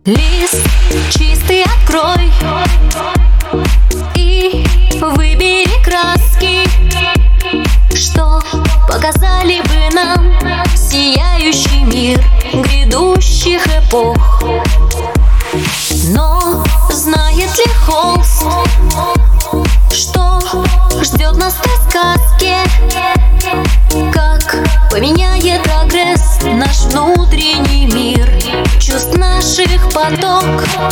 Лист чистый открой и выбери краски, что показали бы нам сияющий мир грядущих эпох. Но знает ли холст, что ждет нас в той сказке? Как поменяет прогресс наш внутренний мир, чувств наших поток?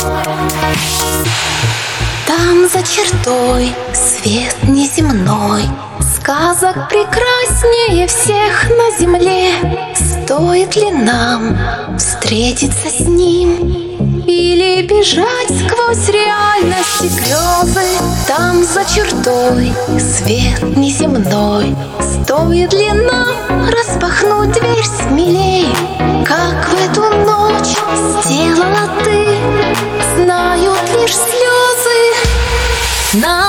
Там за чертой свет неземной, сказок прекраснее всех на земле. Стоит ли нам встретиться с ним или бежать сквозь реальности грезы? Там за чертой свет неземной, стоит ли нам распахнуть дверь смелей? Как в эту ночь сделала ты, знают лишь слезы.